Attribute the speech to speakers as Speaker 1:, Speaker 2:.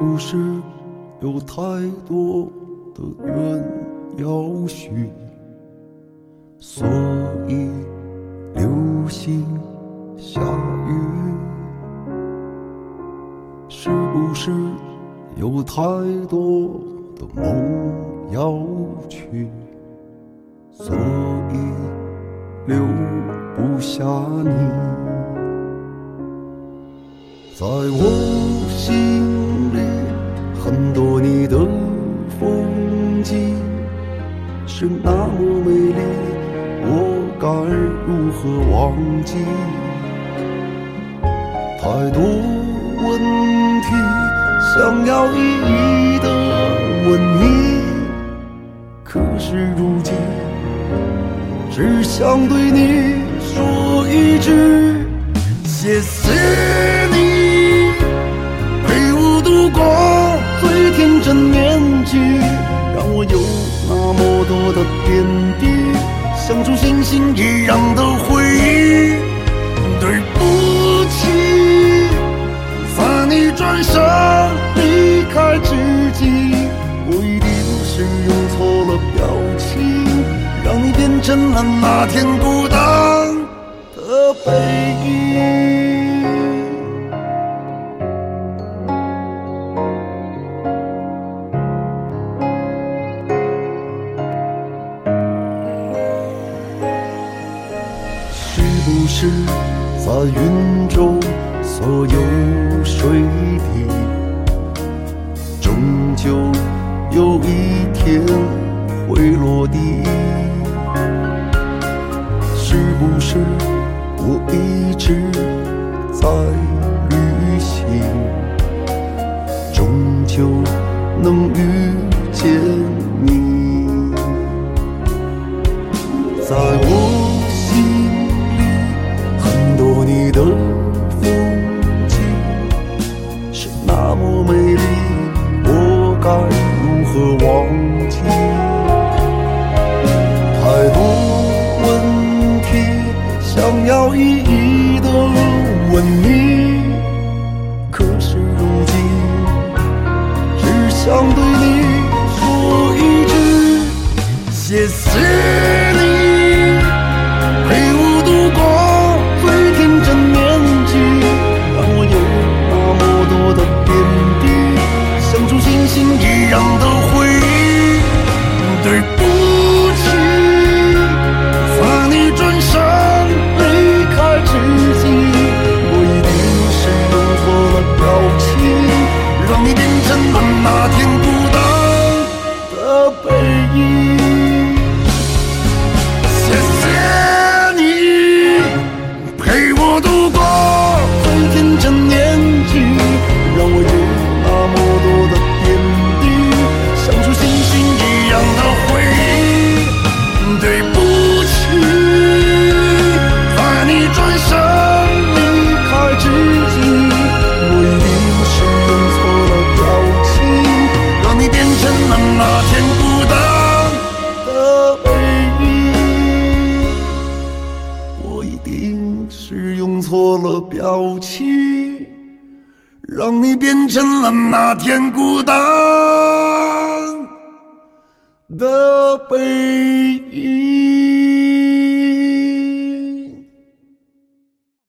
Speaker 1: 不是有太多的愿要许，所以流星下雨？是不是有太多的梦要去，所以留不下你？在我心里，很多你的风景是那么美丽，我该如何忘记？太多问题想要一一的问你，可是如今只想对你说一句：谢谢你陪我度过最天真年纪，让我有那么多的点滴，像出星星一样的回忆。对不起，在你转身离开之际，我一定是用错了表情，让你变成了那天孤单的背影。是不是在云中所有水滴，终究有一天会落地？是不是我一直在旅行，终究能遇见你？在我心里，很多你的风景是那么美丽，我该如何忘记？太多问题想要一一的问你，可是如今只想对你说一句：谢谢你陪我度过最天真年纪，让我有那么多的点滴，像出星星一样的回忆。对不起，在你转身离开之际，我一定是用错了表情，让你变成了那天孤单的背影。谢谢你陪我度过最天真年纪，让我有那么多的点滴，像出星星一样的回忆。对不起，在你转身离开之际，我一定是用错了表情，让你变成了那天孤单的背影。我一定是用错了表情，让你变成了那天孤单的背影。